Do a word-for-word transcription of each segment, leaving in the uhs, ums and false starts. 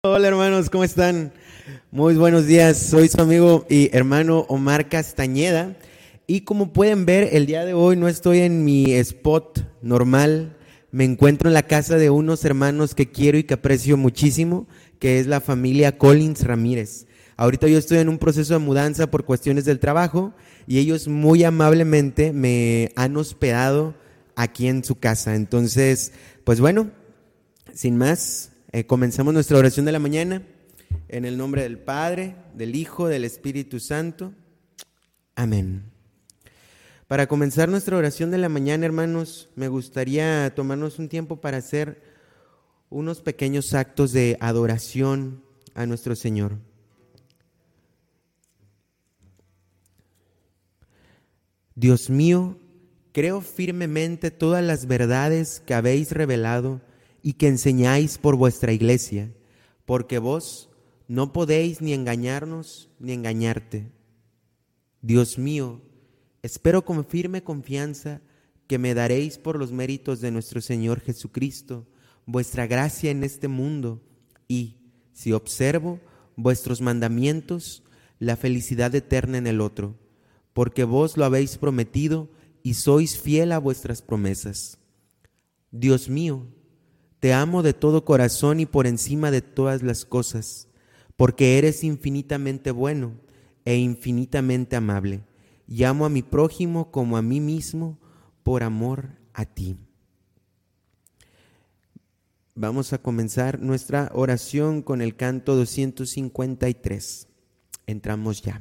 Hola hermanos, ¿cómo están? Muy buenos días, soy su amigo y hermano Omar Castañeda y como pueden ver el día de hoy no estoy en mi spot normal, me encuentro en la casa de unos hermanos que quiero y que aprecio muchísimo, que es la familia Collins Ramírez. Ahorita yo estoy en un proceso de mudanza por cuestiones del trabajo y ellos muy amablemente me han hospedado aquí en su casa, entonces pues bueno, sin más. Eh, comenzamos nuestra oración de la mañana en el nombre del Padre, del Hijo, del Espíritu Santo. Amén. Para comenzar nuestra oración de la mañana, hermanos, me gustaría tomarnos un tiempo para hacer unos pequeños actos de adoración a nuestro Señor. Dios mío, creo firmemente todas las verdades que habéis revelado y que enseñáis por vuestra iglesia, porque vos no podéis ni engañarnos ni engañarte. Dios mío, espero con firme confianza que me daréis por los méritos de nuestro Señor Jesucristo vuestra gracia en este mundo y, si observo vuestros mandamientos, la felicidad eterna en el otro, porque vos lo habéis prometido y sois fiel a vuestras promesas. Dios mío, te amo de todo corazón y por encima de todas las cosas, porque eres infinitamente bueno e infinitamente amable, y amo a mi prójimo como a mí mismo por amor a ti. Vamos a comenzar nuestra oración con el canto doscientos cincuenta y tres. Entramos ya.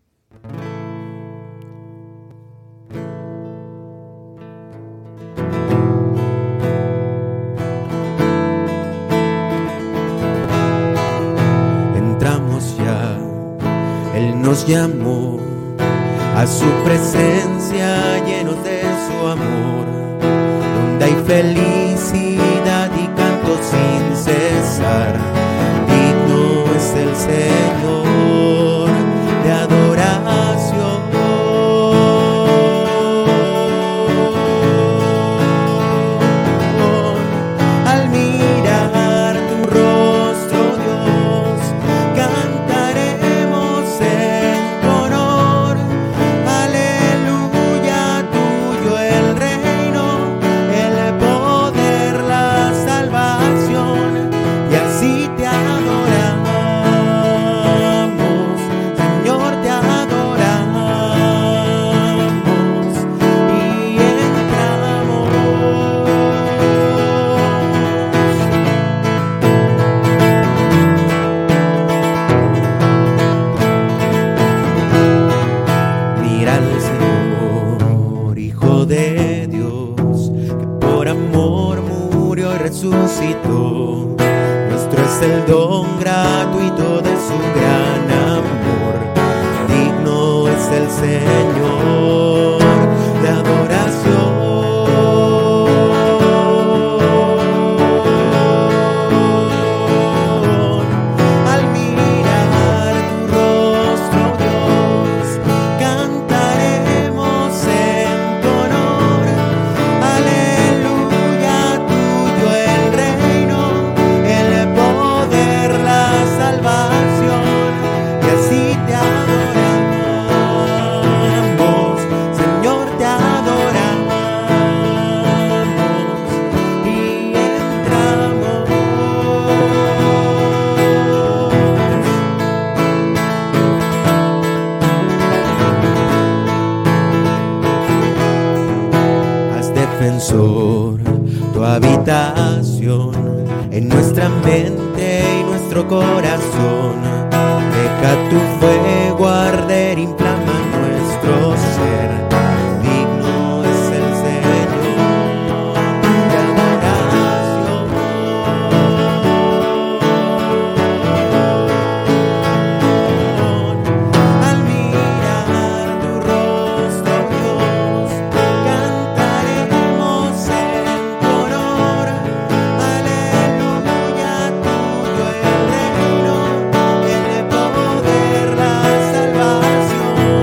Nos llamó a su presencia llenos de su amor, donde hay felicidad y canto sin cesar. Digno es el Señor de adoración. Al mirar tu rostro, Dios, cantaremos en tu honor. Aleluya, tuyo el reino, el poder, la salvación, y así te adoramos, Señor, te adoramos y entramos. Mira al Señor, Hijo de Dios, que por amor murió y resucitó. Nuestro es el don gratuito de su gran amor. Digno es el Señor de adoración. Al mirar tu rostro, Dios, cantaremos en tu honor. Aleluya, tuyo el reino, el poder, la salvación, y así te adoramos, Señor, te adoramos y entramos. Haz defensor tu habitación en nuestra mente y nuestro corazón. Deja tu fuego arder, inflama nuestro ser. Digno es el Señor de adoración. Al mirar tu rostro, Dios, cantaremos en tu honor. Aleluya, tuyo el reino, el poder, la salvación.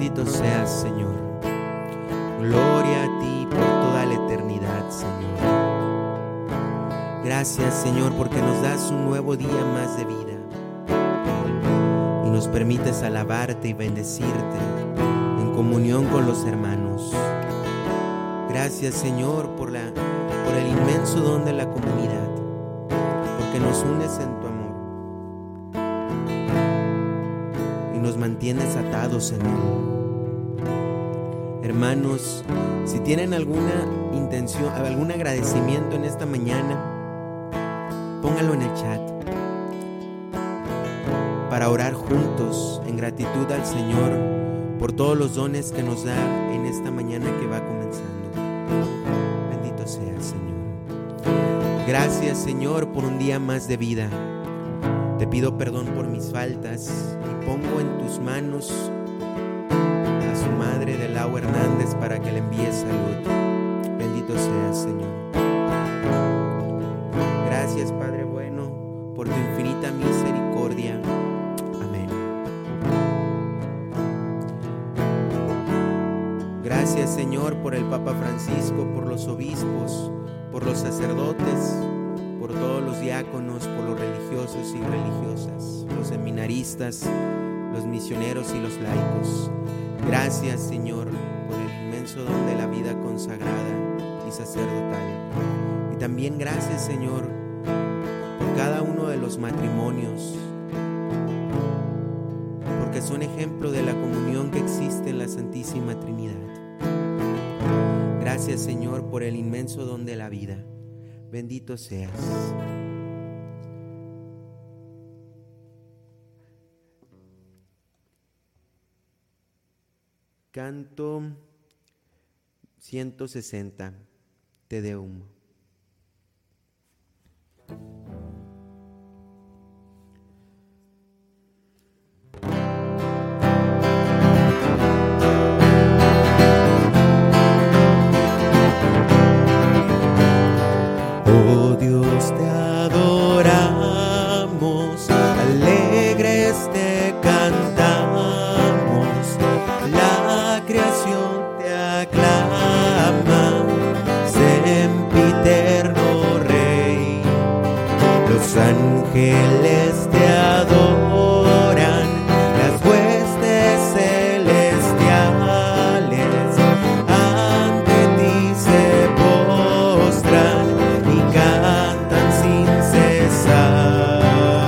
Bendito seas, Señor. Gloria a ti por toda la eternidad, Señor. Gracias, Señor, porque nos das un nuevo día más de vida y nos permites alabarte y bendecirte en comunión con los hermanos. Gracias, Señor, por, la, por el inmenso don de la comunidad, porque nos unes en tu amor y nos mantienes atados en él. Hermanos, si tienen alguna intención, algún agradecimiento en esta mañana, póngalo en el chat para orar juntos en gratitud al Señor por todos los dones que nos da en esta mañana que va comenzando. Bendito sea el Señor. Gracias, Señor, por un día más de vida. Te pido perdón por mis faltas y pongo en tus manos a su madre de Lau Hernández para que le envíe salud. Bendito seas, Señor. Gracias, Padre bueno, por tu infinita misericordia. Amén. Gracias, Señor, por el Papa Francisco, por los obispos, por los sacerdotes, por todos los diáconos, por los religiosos y religiosas, los seminaristas, los misioneros y los laicos. Gracias, Señor, por el inmenso don de la vida consagrada y sacerdotal. Y también gracias, Señor, por cada uno de los matrimonios, porque son ejemplo de la comunión que existe en la Santísima Trinidad. Gracias, Señor, por el inmenso don de la vida. Bendito seas. Canto ciento sesenta, Te Deum. Oh Dios, te adoramos, alegres te cantamos, la creación te aclama, sempiterno Rey. Los ángeles te adoran, las huestes celestiales ante ti se postran y cantan sin cesar.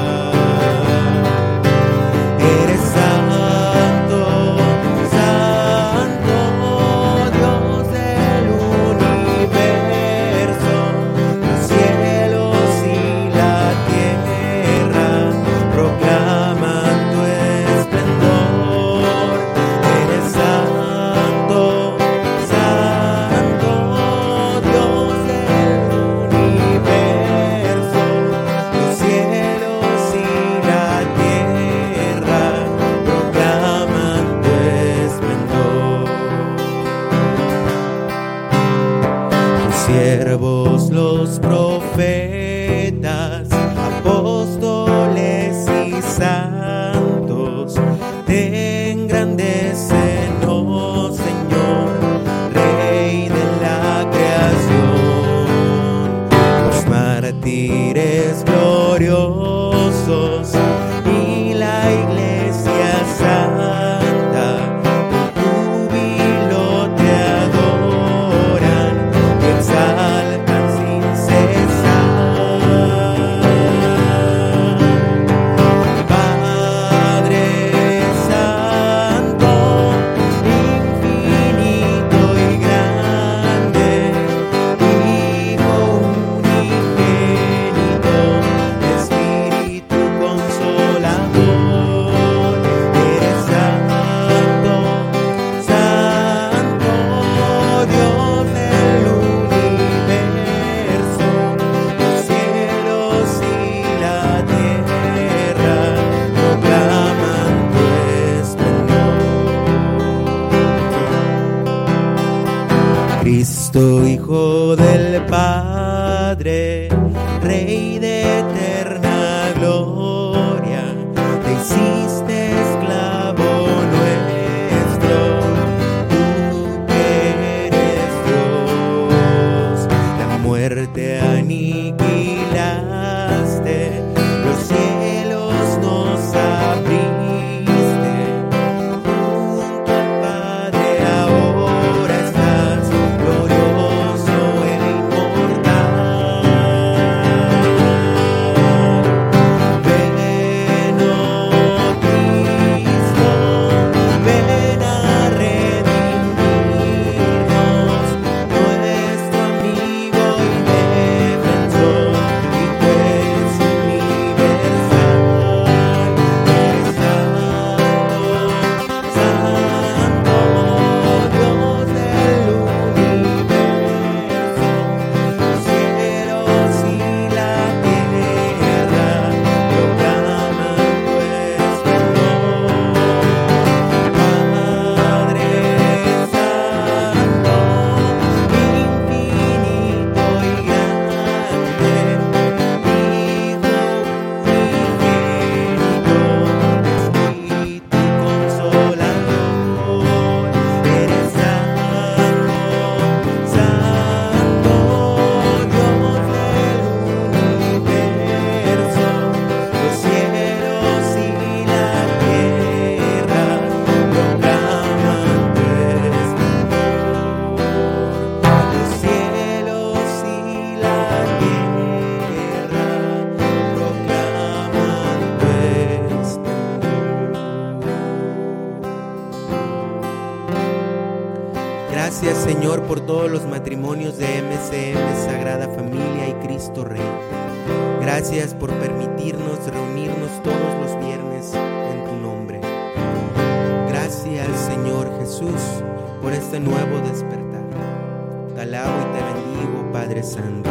Eres santo, santo, Dios del universo, los cielos y la tierra proclaman tu esplendor. Eres santo, santo, Dios del universo, los cielos y la tierra proclaman tu esplendor. Tus siervos los profetas, apóstoles y santos te engrandecen, oh Señor, Rey de la creación. Los mártires gloriosos y la Iglesia santa con júbilo te adoran y exaltan sin cesar. Padre Santo, infinito y grande, Hijo unigénito, Espíritu consolador. Eres santo, santo, Dios del universo, los cielos y la tierra proclaman tu esplendor. Cristo, Hijo del Padre, Rey de eterna gloria, te hiciste esclavo nuestro. Gracias, Señor, por todos los matrimonios de M C M, Sagrada Familia y Cristo Rey. Gracias por permitirnos reunirnos todos los viernes en tu nombre. Gracias, Señor Jesús, por este nuevo despertar. Te alabo y te bendigo, Padre Santo.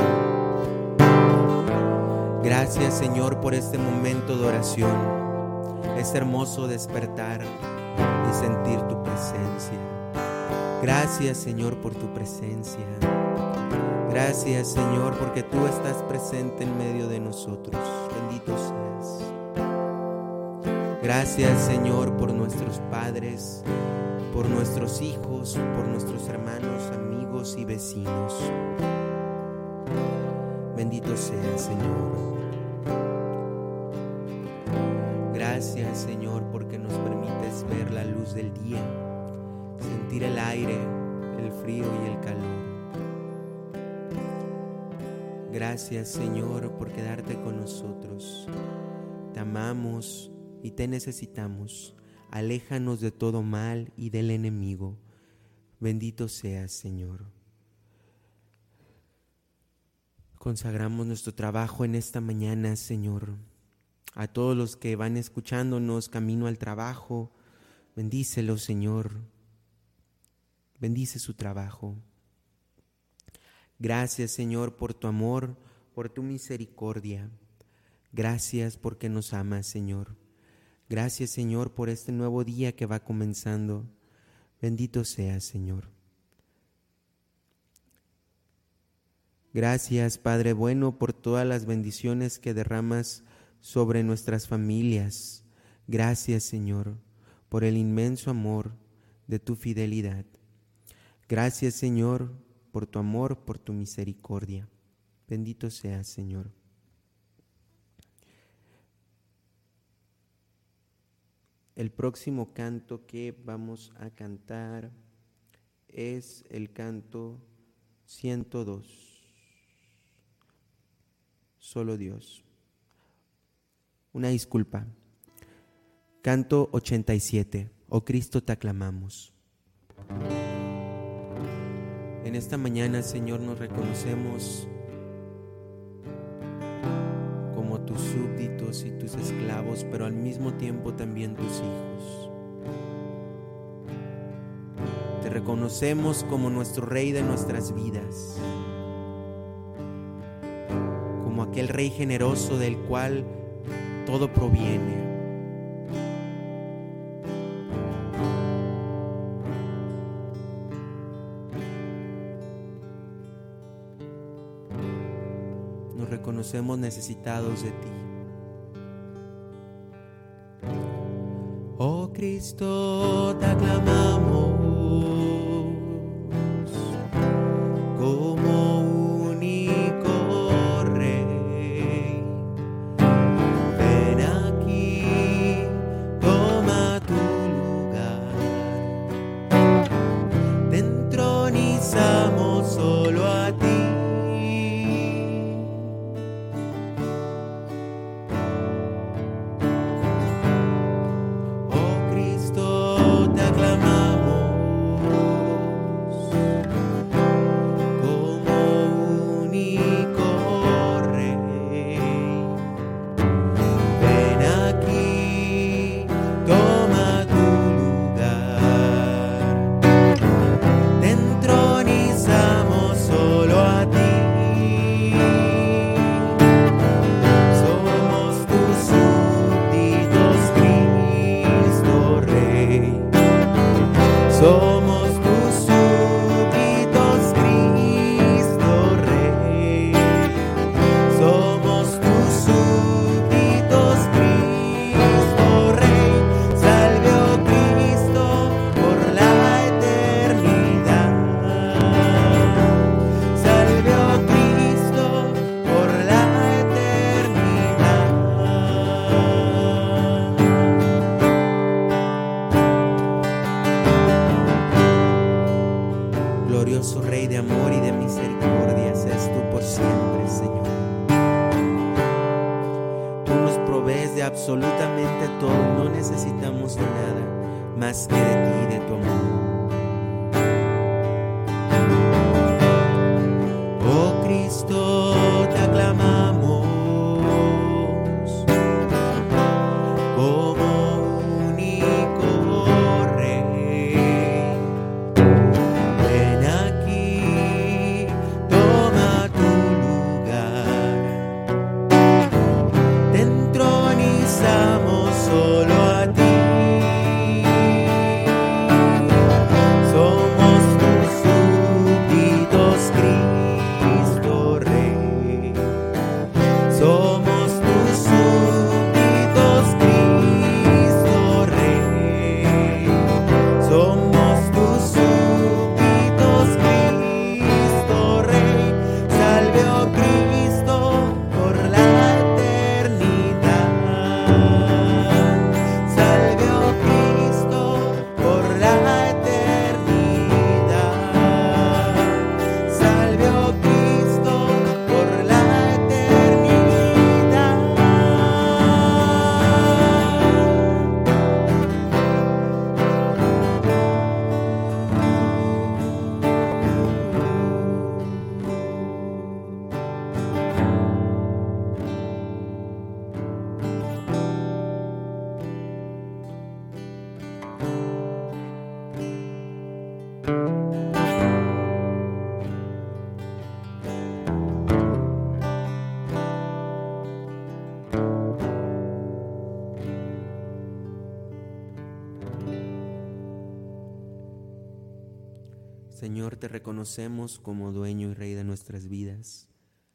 Gracias, Señor, por este momento de oración. Es hermoso despertar y sentir tu presencia. Gracias, Señor, por tu presencia. Gracias, Señor, porque tú estás presente en medio de nosotros. Bendito seas. Gracias, Señor, por nuestros padres, por nuestros hijos, por nuestros hermanos, amigos y vecinos. Bendito seas, Señor. Gracias, Señor, porque nos permites ver la luz del día, sentir el aire, el frío y el calor. Gracias, Señor, por quedarte con nosotros. Te amamos y te necesitamos. Aléjanos de todo mal y del enemigo. Bendito seas, Señor. Consagramos nuestro trabajo en esta mañana, Señor. A todos los que van escuchándonos camino al trabajo, bendícelos, Señor. Bendice su trabajo. Gracias, Señor, por tu amor, por tu misericordia. Gracias porque nos amas, Señor. Gracias, Señor, por este nuevo día que va comenzando. Bendito seas, Señor. Gracias, Padre bueno, por todas las bendiciones que derramas sobre nuestras familias. Gracias, Señor, por el inmenso amor de tu fidelidad. Gracias, Señor, por tu amor, por tu misericordia. Bendito seas, Señor. El próximo canto que vamos a cantar es el canto ciento dos. Solo Dios. Una disculpa. Canto ochenta y siete. Oh Cristo, te aclamamos. En esta mañana, Señor, nos reconocemos como tus súbditos y tus esclavos, pero al mismo tiempo también tus hijos. Te reconocemos como nuestro Rey de nuestras vidas, como aquel Rey generoso del cual todo proviene. Nos reconocemos necesitados de ti. Oh Cristo, te aclamamos como único Rey. Ven aquí, toma tu lugar. Te entronizamos solo a ti. Somos tus súbditos, Cristo Rey. Somos tus súbditos, Cristo Rey. Salve, oh Cristo, por la eternidad. Salve, oh Cristo, por la eternidad. Glorioso Rey de amor y de misericordia, seas tú por siempre, Señor. Tú nos provees de absolutamente todo, no necesitamos de nada más que de ti y de tu amor. Señor, te reconocemos como dueño y rey de nuestras vidas.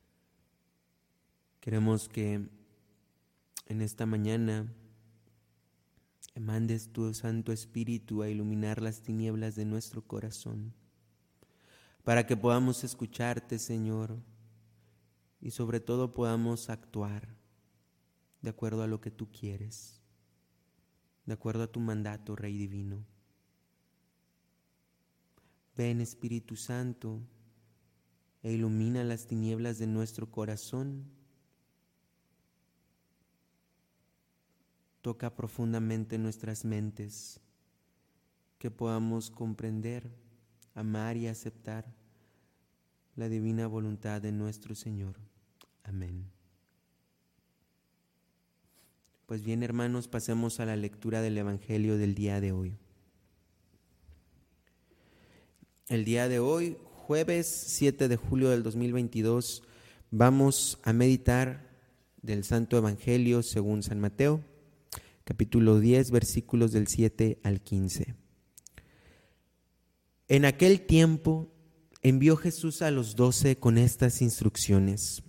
Queremos que en esta mañana mandes tu Santo Espíritu a iluminar las tinieblas de nuestro corazón, para que podamos escucharte, Señor, y sobre todo podamos actuar de acuerdo a lo que tú quieres, de acuerdo a tu mandato, Rey Divino. Ven, Espíritu Santo, e ilumina las tinieblas de nuestro corazón. Toca profundamente nuestras mentes, que podamos comprender, amar y aceptar la divina voluntad de nuestro Señor. Amén. Pues bien, hermanos, pasemos a la lectura del Evangelio del día de hoy. El día de hoy, jueves siete de julio del dos mil veintidós, vamos a meditar del Santo Evangelio según San Mateo, capítulo diez, versículos del siete al quince. En aquel tiempo envió Jesús a los doce con estas instrucciones: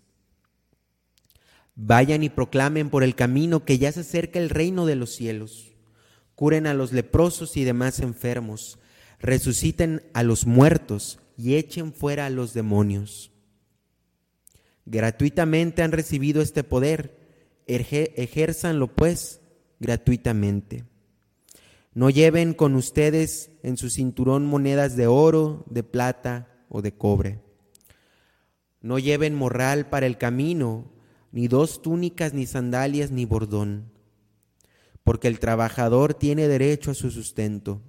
vayan y proclamen por el camino que ya se acerca el reino de los cielos. Curen a los leprosos y demás enfermos, resuciten a los muertos y echen fuera a los demonios. Gratuitamente han recibido este poder, ejérzanlo pues gratuitamente. No lleven con ustedes en su cinturón monedas de oro, de plata o de cobre. No lleven morral para el camino, ni dos túnicas, ni sandalias, ni bordón, porque el trabajador tiene derecho a su sustento.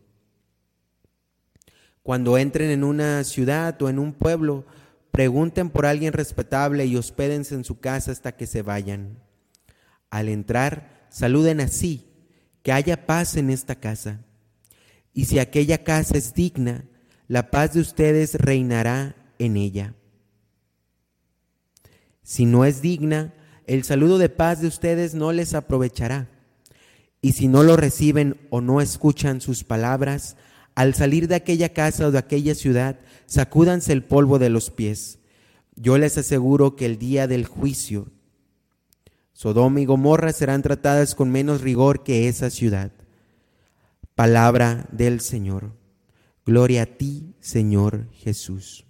Cuando entren en una ciudad o en un pueblo, pregunten por alguien respetable y hospédense en su casa hasta que se vayan. Al entrar, saluden así: que haya paz en esta casa. Y si aquella casa es digna, la paz de ustedes reinará en ella. Si no es digna, el saludo de paz de ustedes no les aprovechará. Y si no lo reciben o no escuchan sus palabras, al salir de aquella casa o de aquella ciudad, sacúdanse el polvo de los pies. Yo les aseguro que el día del juicio, Sodoma y Gomorra serán tratadas con menos rigor que esa ciudad. Palabra del Señor. Gloria a ti, Señor Jesús.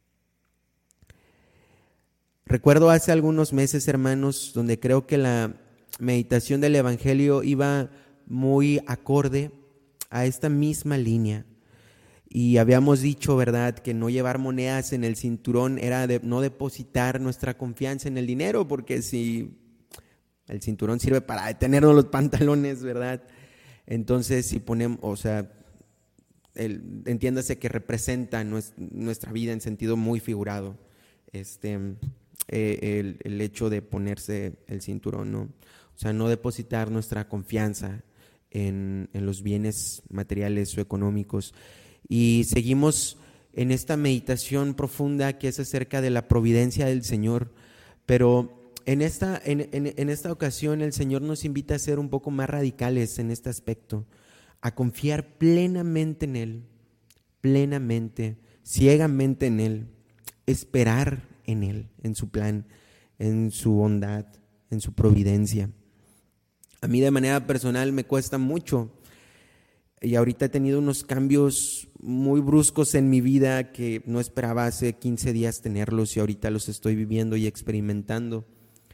Recuerdo hace algunos meses, hermanos, donde creo que la meditación del Evangelio iba muy acorde a esta misma línea. Y habíamos dicho, ¿verdad?, que no llevar monedas en el cinturón era de no depositar nuestra confianza en el dinero, porque si el cinturón sirve para detenernos los pantalones, ¿verdad? Entonces, si ponemos, o sea, el, entiéndase que representa nuestra vida en sentido muy figurado, este, eh, el, el hecho de ponerse el cinturón, ¿no? O sea, no depositar nuestra confianza en, en los bienes materiales o económicos. Y seguimos en esta meditación profunda que es acerca de la providencia del Señor, pero En esta, en, en, en esta ocasión el Señor nos invita a ser un poco más radicales en este aspecto, a confiar plenamente en Él, plenamente, ciegamente en Él, esperar en Él, en su plan, en su bondad, en su providencia. A mí de manera personal me cuesta mucho y ahorita he tenido unos cambios muy bruscos en mi vida que no esperaba hace quince días tenerlos y ahorita los estoy viviendo y experimentando.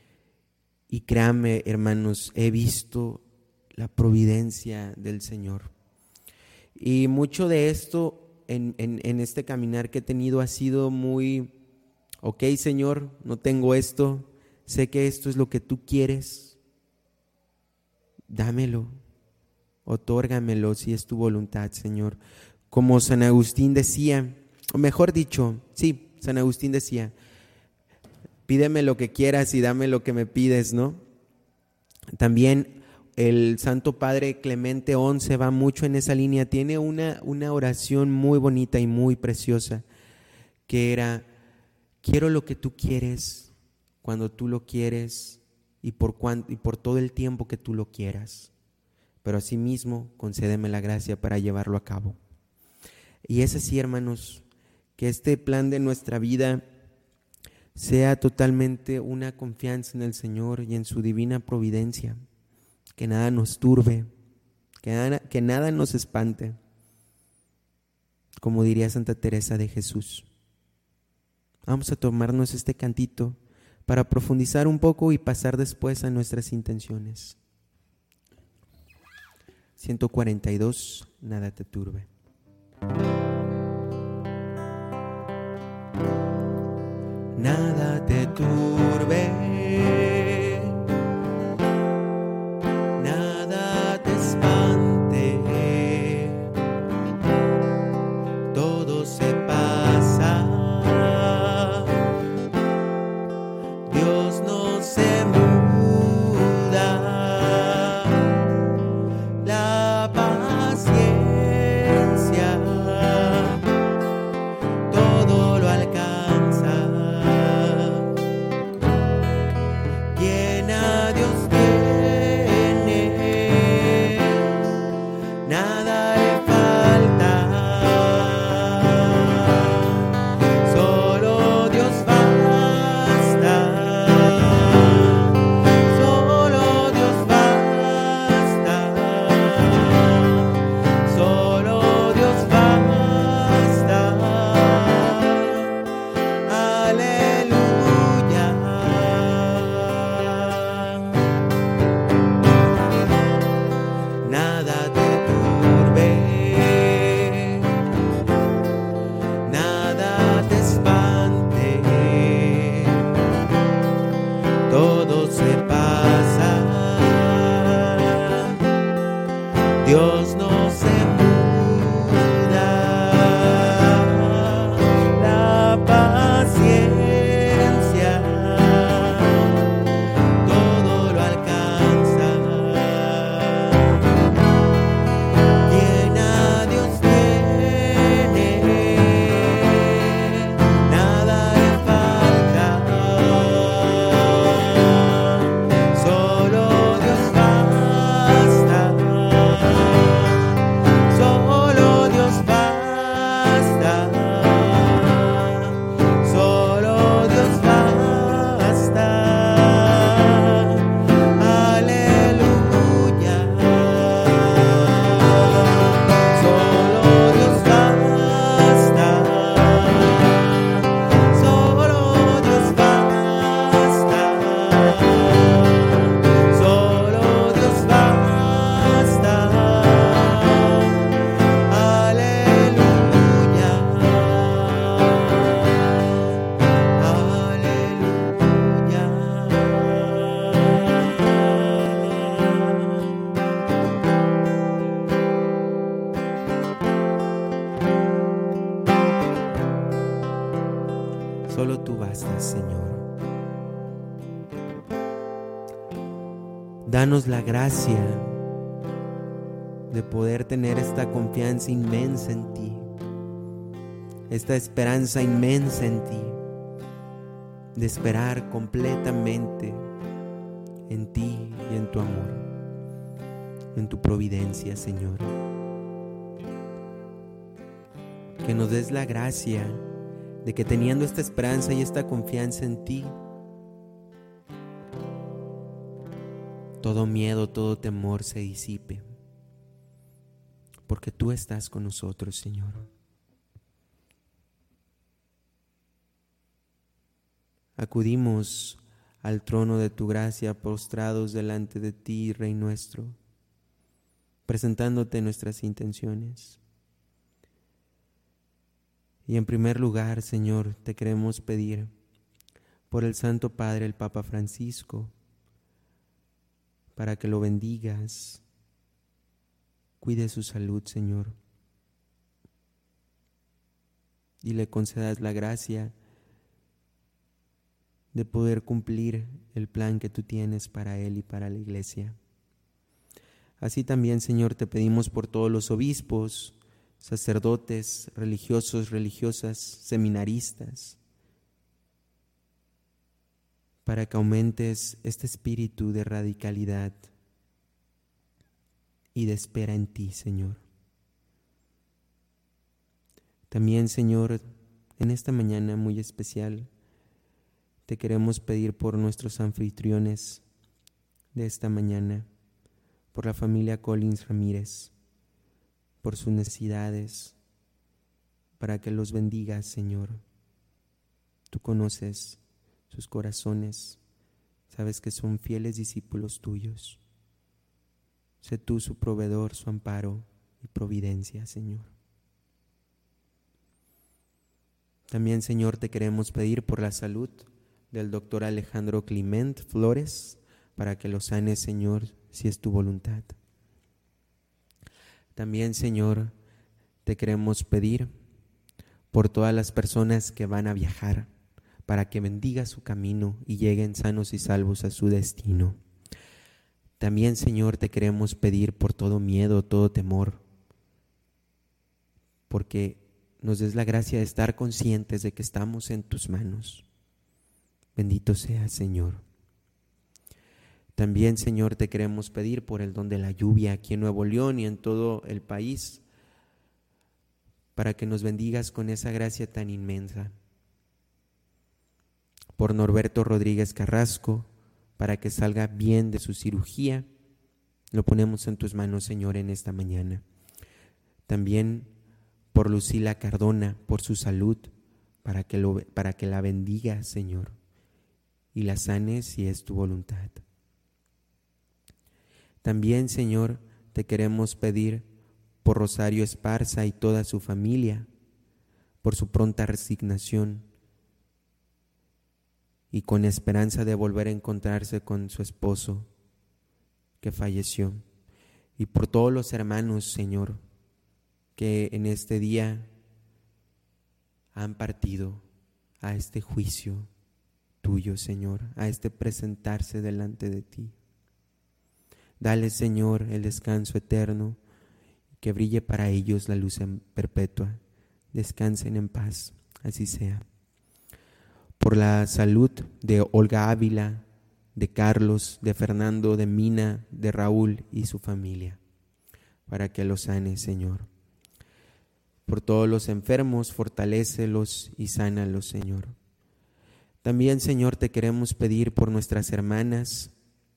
Y créanme, hermanos, he visto la providencia del Señor. Y mucho de esto en, en, en este caminar que he tenido ha sido muy, ok, Señor, no tengo esto, sé que esto es lo que tú quieres, dámelo, otórgamelo si es tu voluntad, Señor. Como San Agustín decía, o mejor dicho, sí, San Agustín decía, pídeme lo que quieras y dame lo que me pides, ¿no? También el Santo Padre Clemente once va mucho en esa línea. Tiene una, una oración muy bonita y muy preciosa que era: quiero lo que tú quieres, cuando tú lo quieres y por, cuan, y por todo el tiempo que tú lo quieras, pero asimismo concédeme la gracia para llevarlo a cabo. Y es así, hermanos, que este plan de nuestra vida sea totalmente una confianza en el Señor y en su divina providencia, que nada nos turbe, que nada, que nada nos espante, como diría Santa Teresa de Jesús. Vamos a tomarnos este cantito para profundizar un poco y pasar después a nuestras intenciones. ciento cuarenta y dos, nada te turbe. Nada te turbe, nada te espante, todo se pasa, Dios no se muda, la paciencia todo lo alcanza. Quien a Dios tiene, nada le falta. Solo Dios basta. Solo Dios basta. Solo Dios basta. Aleluya. Nada te turbe, nada te espante, todo se pasa, Dios no se muda, la paciencia todo lo alcanza. Quien a Dios tiene, nada le falta. Solo Dios basta. Solo Dios basta. Solo Dios basta. Aleluya. Solo Dios basta. Solo Dios basta. Solo Dios basta. Aleluya. Aleluya. Solo tú bastas, Señor. Danos la gracia de poder tener esta confianza inmensa en ti, esta esperanza inmensa en ti, de esperar completamente en ti y en tu amor, en tu providencia, Señor. Que nos des la gracia de que teniendo esta esperanza y esta confianza en ti, todo miedo, todo temor se disipe, porque tú estás con nosotros, Señor. Acudimos al trono de tu gracia, postrados delante de ti, Rey nuestro, presentándote nuestras intenciones. Y en primer lugar, Señor, te queremos pedir por el Santo Padre, el Papa Francisco, para que lo bendigas, cuide su salud, Señor, y le concedas la gracia de poder cumplir el plan que tú tienes para él y para la iglesia. Así también, Señor, te pedimos por todos los obispos, sacerdotes, religiosos, religiosas, seminaristas, para que aumentes este espíritu de radicalidad y de espera en ti, Señor. También, Señor, en esta mañana muy especial, te queremos pedir por nuestros anfitriones de esta mañana, por la familia Collins Ramírez, por sus necesidades, para que los bendigas, Señor. Tú conoces sus corazones, sabes que son fieles discípulos tuyos. Sé tú su proveedor, su amparo y providencia, Señor. También, Señor, te queremos pedir por la salud del doctor Alejandro Clement Flores, para que lo sanes, Señor, si es tu voluntad. También, Señor, te queremos pedir por todas las personas que van a viajar, para que bendiga su camino y lleguen sanos y salvos a su destino. También, Señor, te queremos pedir por todo miedo, todo temor, porque nos des la gracia de estar conscientes de que estamos en tus manos. Bendito seas, Señor. También, Señor, te queremos pedir por el don de la lluvia aquí en Nuevo León y en todo el país, para que nos bendigas con esa gracia tan inmensa. Por Norberto Rodríguez Carrasco, para que salga bien de su cirugía, lo ponemos en tus manos, Señor, en esta mañana. También por Lucila Cardona, por su salud, para que, lo, para que la bendiga, Señor, y la sanes si es tu voluntad. También, Señor, te queremos pedir por Rosario Esparza y toda su familia, por su pronta resignación y con esperanza de volver a encontrarse con su esposo que falleció, y por todos los hermanos, Señor, que en este día han partido a este juicio tuyo, Señor, a este presentarse delante de ti. Dale, Señor, el descanso eterno, que brille para ellos la luz perpetua. Descansen en paz, así sea. Por la salud de Olga Ávila, de Carlos, de Fernando, de Mina, de Raúl y su familia, para que los sane, Señor. Por todos los enfermos, fortalécelos y sánalos, Señor. También, Señor, te queremos pedir por nuestras hermanas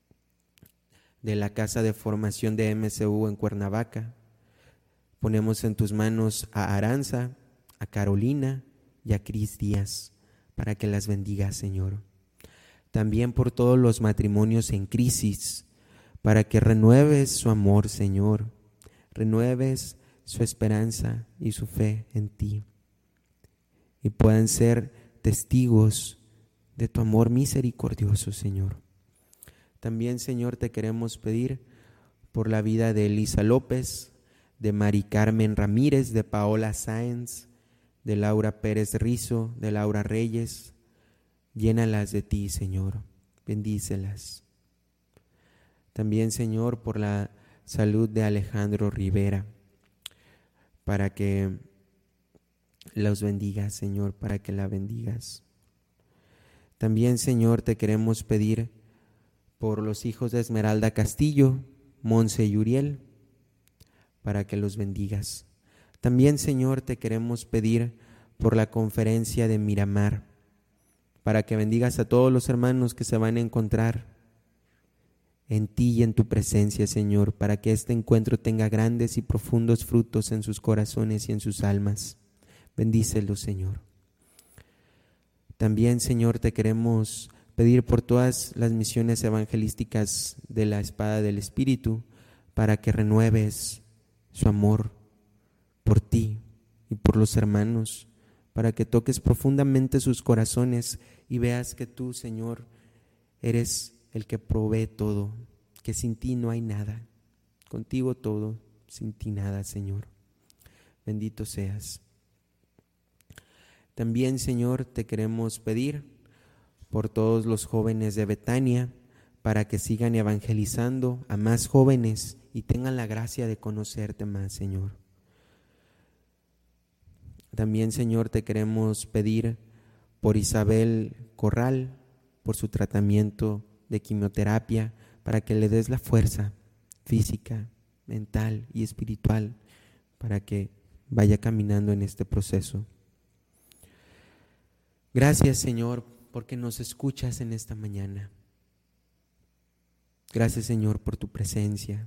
de la Casa de Formación de M C U en Cuernavaca. Ponemos en tus manos a Aranza, a Carolina y a Cris Díaz, para que las bendigas, Señor. También por todos los matrimonios en crisis, para que renueves su amor, Señor, renueves su esperanza y su fe en ti, y puedan ser testigos de tu amor misericordioso, Señor. También, Señor, te queremos pedir por la vida de Elisa López, de Mari Carmen Ramírez, de Paola Sáenz, de Laura Pérez Rizo, de Laura Reyes. Llénalas de ti, Señor, bendícelas. También, Señor, por la salud de Alejandro Rivera, para que los bendigas, Señor, para que la bendigas. También, Señor, te queremos pedir por los hijos de Esmeralda Castillo, Monse y Uriel, para que los bendigas. También, Señor, te queremos pedir por la conferencia de Miramar, para que bendigas a todos los hermanos que se van a encontrar en ti y en tu presencia, Señor, para que este encuentro tenga grandes y profundos frutos en sus corazones y en sus almas. Bendícelos, Señor. También, Señor, te queremos pedir por todas las misiones evangelísticas de la Espada del Espíritu, para que renueves su amor por ti y por los hermanos, para que toques profundamente sus corazones y veas que tú, Señor, eres el que provee todo, que sin ti no hay nada, contigo todo, sin ti nada, Señor. Bendito seas. También, Señor, te queremos pedir por todos los jóvenes de Betania, para que sigan evangelizando a más jóvenes y tengan la gracia de conocerte más, Señor. También, Señor, te queremos pedir por Isabel Corral, por su tratamiento de quimioterapia, para que le des la fuerza física, mental y espiritual, para que vaya caminando en este proceso. Gracias, Señor, porque nos escuchas en esta mañana. Gracias, Señor, por tu presencia.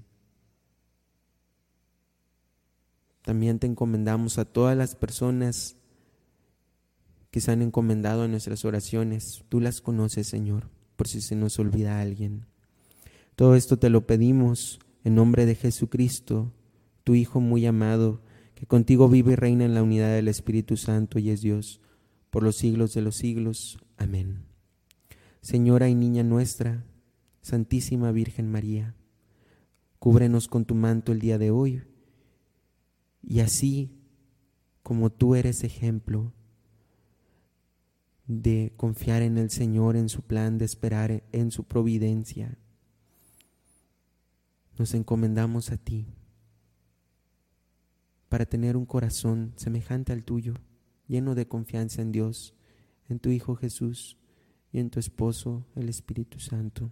También te encomendamos a todas las personas que se han encomendado en nuestras oraciones. Tú las conoces, Señor, por si se nos olvida alguien. Todo esto te lo pedimos en nombre de Jesucristo, tu Hijo muy amado, que contigo vive y reina en la unidad del Espíritu Santo y es Dios, por los siglos de los siglos. Amén. Señora y niña nuestra, Santísima Virgen María, cúbrenos con tu manto el día de hoy, y así como tú eres ejemplo de confiar en el Señor, en su plan, de esperar en su providencia, nos encomendamos a ti para tener un corazón semejante al tuyo, lleno de confianza en Dios, en tu Hijo Jesús y en tu esposo, el Espíritu Santo.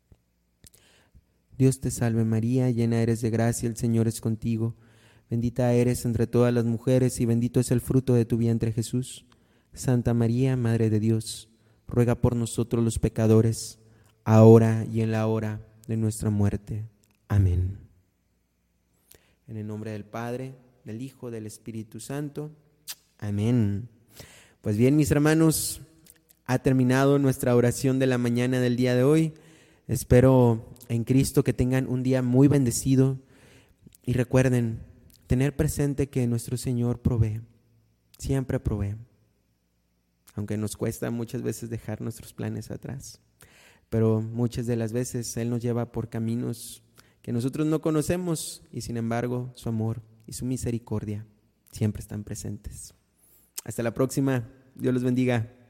Dios te salve María, llena eres de gracia, el Señor es contigo. Bendita eres entre todas las mujeres y bendito es el fruto de tu vientre Jesús. Santa María, Madre de Dios, ruega por nosotros los pecadores, ahora y en la hora de nuestra muerte. Amén. En el nombre del Padre, del Hijo, del Espíritu Santo. Amén. Pues bien, mis hermanos, ha terminado nuestra oración de la mañana del día de hoy. Espero en Cristo que tengan un día muy bendecido y recuerden tener presente que nuestro Señor provee, siempre provee, aunque nos cuesta muchas veces dejar nuestros planes atrás, pero muchas de las veces Él nos lleva por caminos que nosotros no conocemos y sin embargo su amor y su misericordia siempre están presentes. Hasta la próxima. Dios los bendiga.